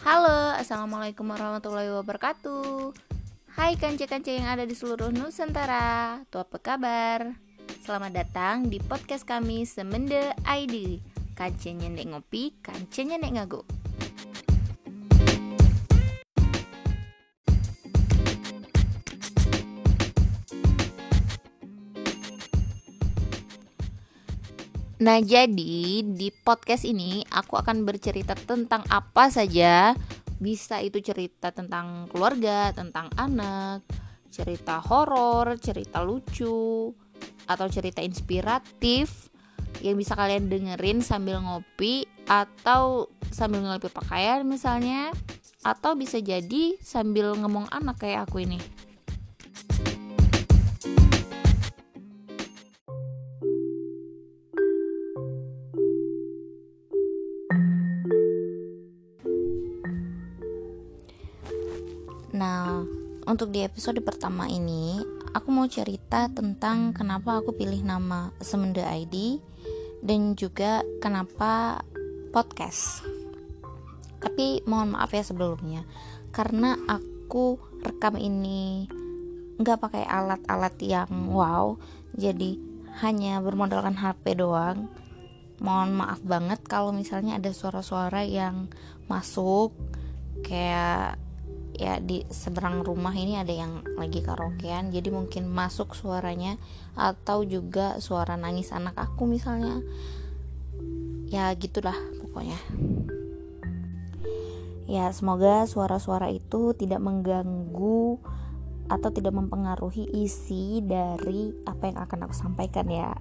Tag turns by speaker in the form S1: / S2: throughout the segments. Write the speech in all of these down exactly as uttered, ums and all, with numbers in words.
S1: Halo, Assalamualaikum warahmatullahi wabarakatuh. Hai kance-kance yang ada di seluruh Nusantara, tuh apa kabar? Selamat datang di podcast kami Semende I D. Kance nyendek ngopi, kance nyendek ngago. Nah, jadi di podcast ini aku akan bercerita tentang apa saja. Bisa itu cerita tentang keluarga, tentang anak, cerita horor, cerita lucu, atau cerita inspiratif yang bisa kalian dengerin sambil ngopi atau sambil ngelipir pakaian misalnya, atau bisa jadi sambil ngomong anak kayak aku ini. Nah, untuk di episode pertama ini, aku mau cerita tentang kenapa aku pilih nama Semende I D dan juga kenapa podcast. Tapi mohon maaf ya sebelumnya, karena aku rekam ini nggak pakai alat-alat yang wow, jadi hanya bermodalkan H P doang. Mohon maaf banget kalau misalnya ada suara-suara yang masuk, kayak ya di seberang rumah ini ada yang lagi karaokean, jadi mungkin masuk suaranya, atau juga suara nangis anak aku misalnya. Ya gitulah pokoknya. Ya semoga suara-suara itu tidak mengganggu atau tidak mempengaruhi isi dari apa yang akan aku sampaikan ya.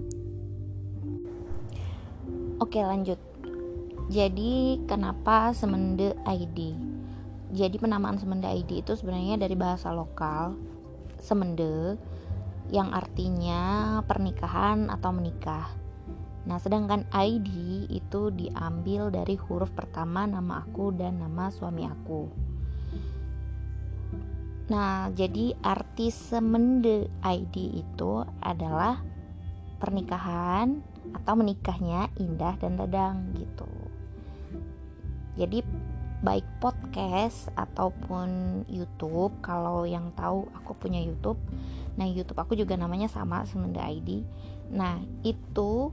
S1: Oke, lanjut. Jadi kenapa Semende I D? Jadi penamaan Semende I D itu sebenarnya dari bahasa lokal Semende yang artinya pernikahan atau menikah. Nah, sedangkan I D itu diambil dari huruf pertama nama aku dan nama suami aku. Nah, jadi arti Semende I D itu adalah pernikahan atau menikahnya Indah dan Dadang gitu. Jadi baik podcast ataupun YouTube, kalau yang tahu aku punya YouTube. Nah, YouTube aku juga namanya sama, Semende I D. Nah, itu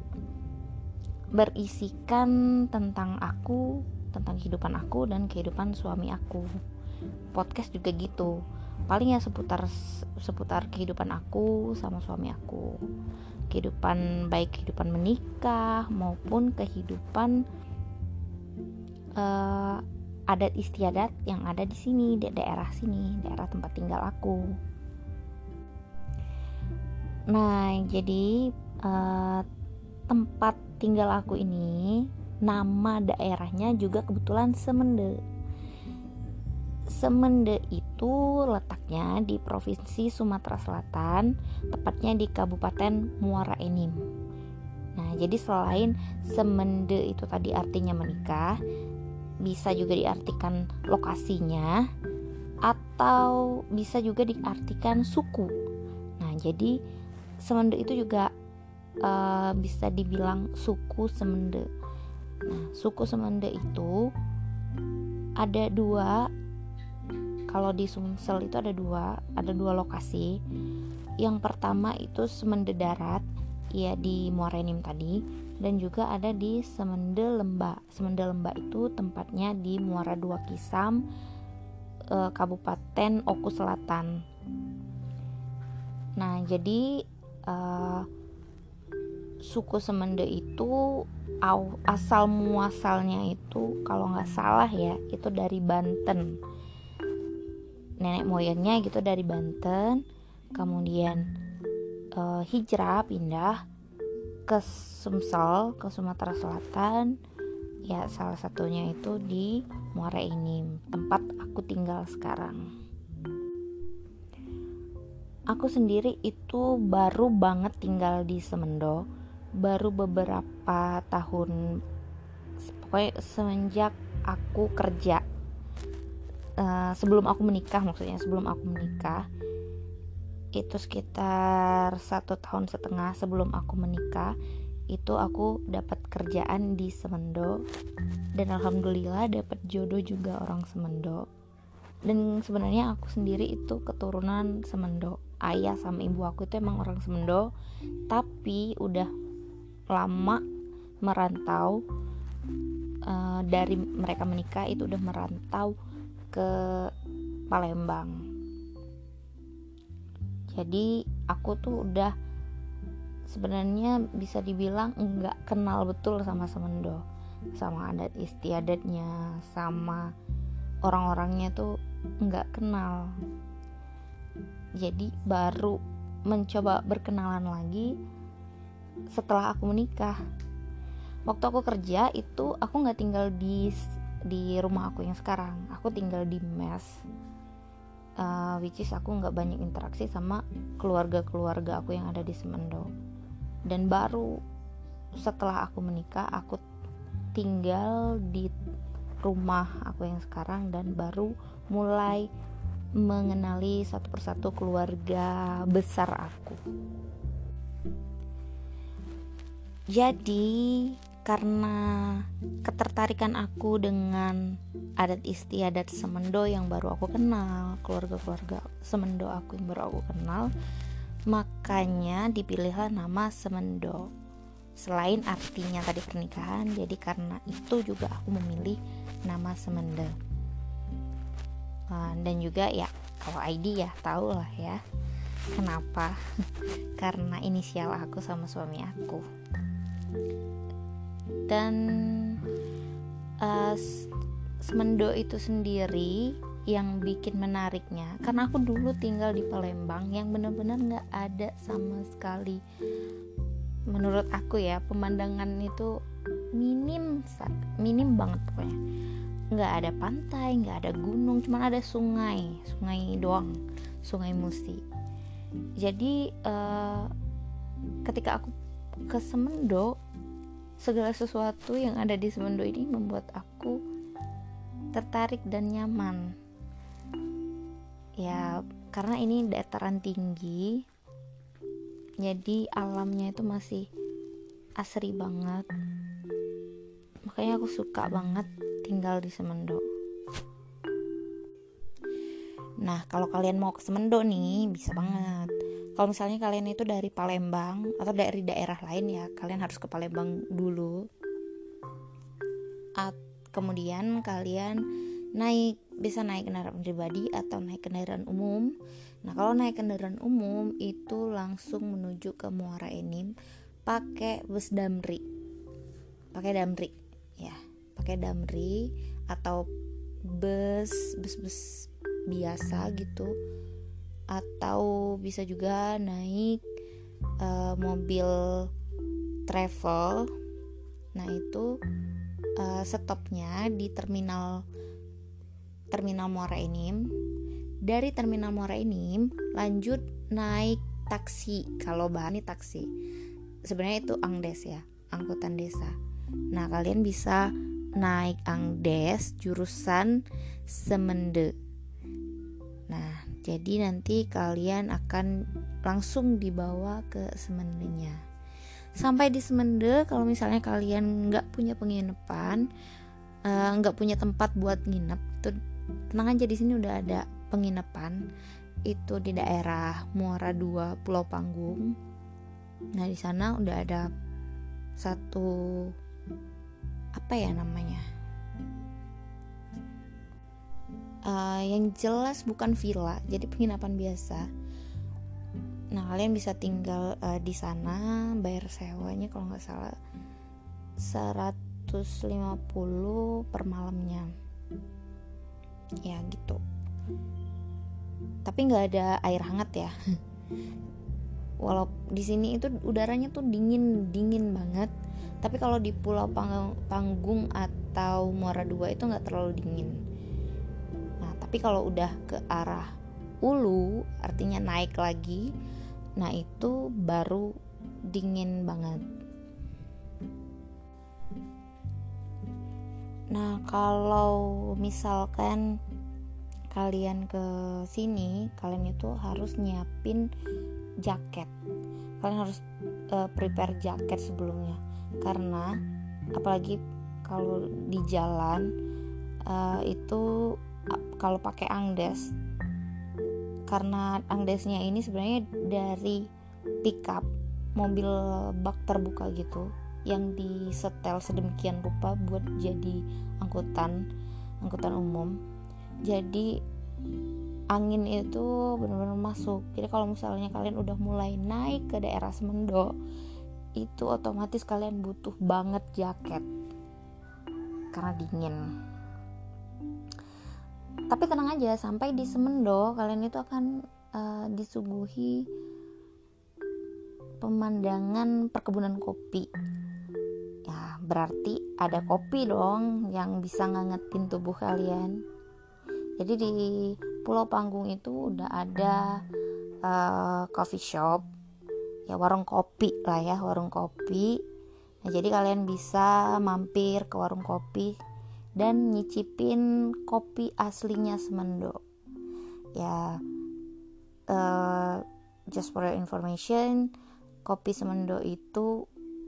S1: berisikan tentang aku, tentang kehidupan aku dan kehidupan suami aku. Podcast juga gitu. Paling ya seputar seputar kehidupan aku sama suami aku. Kehidupan baik kehidupan menikah maupun kehidupan uh, adat istiadat yang ada di sini, di daerah sini, daerah tempat tinggal aku. Nah, jadi uh, tempat tinggal aku ini, nama daerahnya juga kebetulan Semende. Semende itu letaknya di Provinsi Sumatera Selatan, tepatnya di Kabupaten Muara Enim. Nah, jadi selain Semende itu tadi artinya menikah, bisa juga diartikan lokasinya atau bisa juga diartikan suku. Nah, jadi Semende itu juga uh, bisa dibilang suku Semende. Nah, suku Semende itu ada dua. Kalau di Sumsel itu ada dua, ada dua lokasi. Yang pertama itu Semende Darat, ya di Muara Enim tadi, dan juga ada di Semende Lembah. Semende Lembah itu tempatnya di Muara Dua Kisam, e, Kabupaten Oku Selatan. Nah, jadi e, suku Semende itu asal muasalnya itu kalau nggak salah ya, itu dari Banten. Nenek moyangnya gitu dari Banten, kemudian e, hijrah pindah ke Sumsel, ke Sumatera Selatan. Ya, salah satunya itu di Muara Enim, tempat aku tinggal sekarang. Aku sendiri itu baru banget tinggal di Semendo, baru beberapa tahun, pokoknya semenjak aku kerja. Uh, sebelum aku menikah maksudnya, sebelum aku menikah itu sekitar satu tahun setengah sebelum aku menikah, itu aku dapat kerjaan di Semendo, dan alhamdulillah dapat jodoh juga orang Semendo. Dan sebenarnya aku sendiri itu keturunan Semendo, ayah sama ibu aku itu emang orang Semendo, tapi udah lama merantau. Uh, dari mereka menikah itu udah merantau ke Palembang. Jadi aku tuh udah sebenarnya bisa dibilang nggak kenal betul sama Semendo, sama adat istiadatnya, sama orang-orangnya tuh nggak kenal. Jadi baru mencoba berkenalan lagi setelah aku menikah. Waktu aku kerja itu aku nggak tinggal di di rumah aku yang sekarang, aku tinggal di mes, uh, which is aku nggak banyak interaksi sama keluarga-keluarga aku yang ada di Semendo. Dan baru setelah aku menikah aku tinggal di rumah aku yang sekarang dan baru mulai mengenali satu persatu keluarga besar aku. Jadi karena ketertarikan aku dengan adat istiadat Semendo yang baru aku kenal, keluarga-keluarga Semendo aku yang baru aku kenal, makanya dipilihlah nama Semendo. Selain artinya tadi pernikahan, jadi karena itu juga aku memilih nama Semendo. Uh, dan juga ya kalau I D ya tau lah ya kenapa. Karena inisial aku sama suami aku. Dan uh, Semendo itu sendiri yang bikin menariknya karena aku dulu tinggal di Palembang yang benar-benar gak ada sama sekali, menurut aku ya, pemandangan itu minim minim banget pokoknya. Gak ada pantai, gak ada gunung, cuma ada sungai sungai doang, Sungai Musi. Jadi uh, ketika aku ke Semendo, segala sesuatu yang ada di Semendo ini membuat aku tertarik dan nyaman. Ya, karena ini dataran tinggi, jadi alamnya itu masih asri banget. Makanya aku suka banget tinggal di Semendo. Nah, kalau kalian mau ke Semendo nih, bisa banget. Kalau misalnya kalian itu dari Palembang atau dari daerah lain ya, kalian harus ke Palembang dulu. At, kemudian kalian naik, bisa naik kendaraan pribadi atau naik kendaraan umum. Nah, kalau naik kendaraan umum itu langsung menuju ke Muara Enim pakai bus Damri. Pakai Damri ya, pakai Damri atau bus bus-bus biasa gitu. Atau bisa juga naik uh, mobil travel. Nah, itu uh, stopnya di terminal Terminal Muara Enim. Dari Terminal Muara Enim lanjut naik taksi. Kalau bahan ini taksi. Sebenarnya itu Angdes ya, angkutan desa. Nah, kalian bisa naik Angdes jurusan Semende. Nah, jadi nanti kalian akan langsung dibawa ke Semendenya. Sampai di Semende, kalau misalnya kalian nggak punya penginapan, nggak uh, punya tempat buat nginep, itu tenang aja, di sini udah ada penginapan. Itu di daerah Muara dua, Pulau Panggung. Nah, di sana udah ada satu apa ya namanya? Uh, yang jelas bukan villa, jadi penginapan biasa. Nah, kalian bisa tinggal uh, di sana, bayar sewanya kalau nggak salah seratus lima puluh per malamnya. Ya gitu. Tapi nggak ada air hangat ya. Walau di sini itu udaranya tuh dingin dingin banget. Tapi kalau di Pulau Panggung atau Muara dua itu nggak terlalu dingin. Nah, tapi kalau udah ke arah Ulu, artinya naik lagi, nah itu baru dingin banget. Nah, kalau misalkan kalian ke sini, kalian itu harus nyiapin jaket. Kalian harus uh, prepare jaket sebelumnya, karena apalagi kalau di jalan uh, itu uh, kalau pakai angdes, karena angdesnya ini sebenarnya dari pickup mobil bak terbuka gitu yang disetel sedemikian rupa buat jadi angkutan angkutan umum. Jadi angin itu benar-benar masuk. Jadi kalau misalnya kalian udah mulai naik ke daerah Semendo, itu otomatis kalian butuh banget jaket karena dingin. Tapi tenang aja, sampai di Semendo kalian itu akan uh, disuguhi pemandangan perkebunan kopi. Ya, berarti ada kopi dong yang bisa ngangetin tubuh kalian. Jadi di Pulau Panggung itu udah ada uh, coffee shop, ya warung kopi lah ya, warung kopi. Nah, jadi kalian bisa mampir ke warung kopi dan nyicipin kopi aslinya Semendo. Ya, uh, just for your information, kopi Semendo itu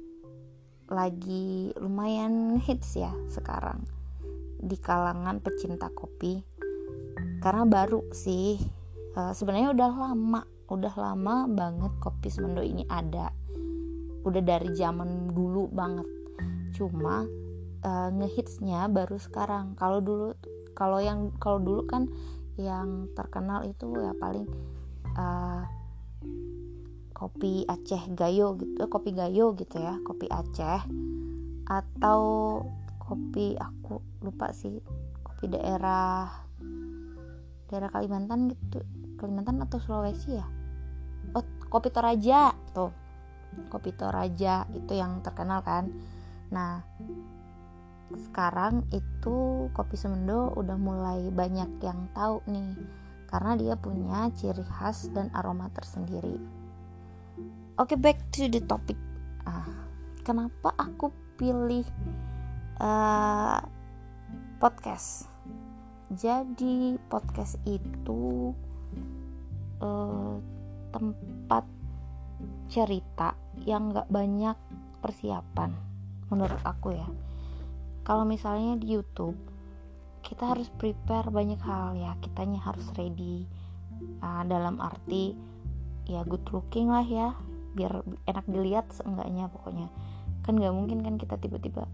S1: lagi lumayan hits ya sekarang di kalangan pecinta kopi. Karena baru sih, uh, sebenarnya udah lama, udah lama banget kopi Semendo ini ada, udah dari zaman dulu banget. Cuma uh, ngehitsnya baru sekarang. Kalau dulu, kalau yang kalau dulu kan yang terkenal itu ya paling uh, kopi Aceh Gayo gitu, kopi Gayo gitu ya, kopi Aceh, atau kopi aku lupa sih, kopi daerah daerah Kalimantan gitu, Kalimantan atau Sulawesi ya, oh kopi Toraja tuh, kopi Toraja itu yang terkenal kan. Nah sekarang itu kopi Semendo udah mulai banyak yang tahu nih, karena dia punya ciri khas dan aroma tersendiri. Oke, okay, back to the topic. Ah, kenapa aku pilih uh, podcast? Jadi podcast itu uh, tempat cerita yang gak banyak persiapan menurut aku ya. Kalau misalnya di YouTube kita harus prepare banyak hal ya, kitanya harus ready, uh, dalam arti ya good looking lah ya, biar enak dilihat seenggaknya. Pokoknya kan gak mungkin kan kita tiba-tiba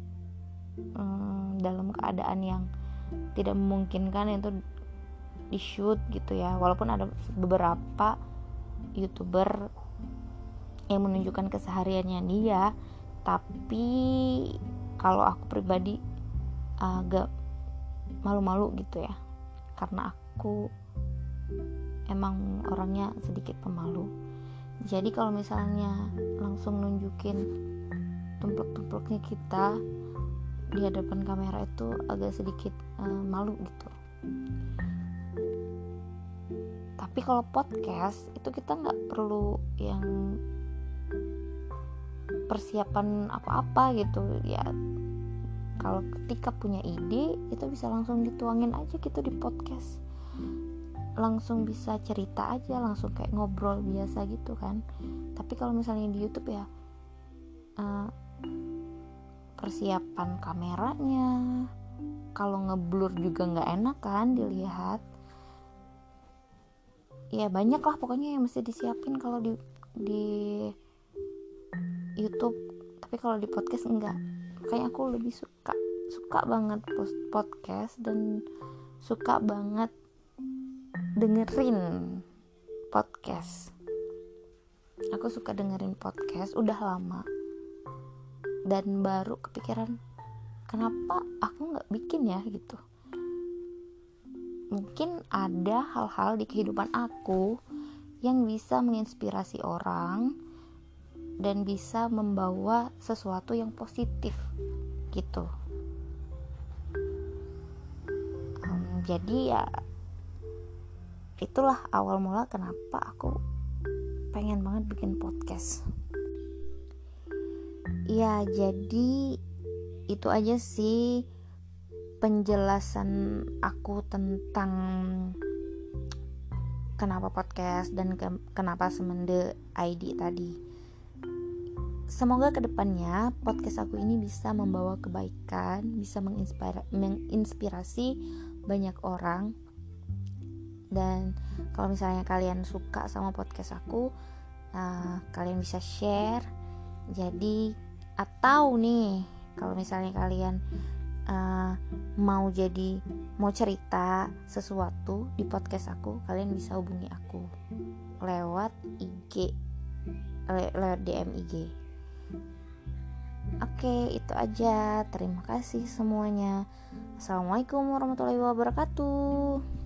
S1: um, dalam keadaan yang tidak memungkinkan itu di shoot gitu ya. Walaupun ada beberapa YouTuber yang menunjukkan kesehariannya dia, tapi kalau aku pribadi agak malu-malu gitu ya, karena aku emang orangnya sedikit pemalu. Jadi kalau misalnya langsung nunjukin tumplek-tumpleknya kita di hadapan kamera itu agak sedikit uh, malu gitu. Tapi kalau podcast itu kita nggak perlu yang persiapan apa-apa gitu ya. Kalau ketika punya ide itu bisa langsung dituangin aja gitu di podcast, langsung bisa cerita aja, langsung kayak ngobrol biasa gitu kan. Tapi kalau misalnya di YouTube ya uh, persiapan kameranya, kalau ngeblur juga nggak enak kan dilihat. Ya banyak lah pokoknya yang mesti disiapin kalau di di YouTube. Tapi kalau di podcast enggak. Makanya aku lebih suka suka banget post podcast dan suka banget dengerin podcast. Aku suka dengerin podcast udah lama. Dan baru kepikiran, kenapa aku gak bikin ya gitu. Mungkin ada hal-hal di kehidupan aku yang bisa menginspirasi orang dan bisa membawa sesuatu yang positif gitu. um, Jadi ya itulah awal mula kenapa aku pengen banget bikin podcast. Ya jadi itu aja sih penjelasan aku tentang kenapa podcast dan ke- kenapa Semende I D tadi. semoga kedepannya podcast aku ini bisa membawa kebaikan, bisa menginspira- menginspirasi banyak orang. Dan kalau misalnya kalian suka sama podcast aku, uh, kalian bisa share. Jadi atau nih kalau misalnya kalian uh, mau jadi mau cerita sesuatu di podcast aku, kalian bisa hubungi aku lewat I G, le- lewat D M I G. Oke, itu aja. Terima kasih semuanya. Assalamualaikum warahmatullahi wabarakatuh.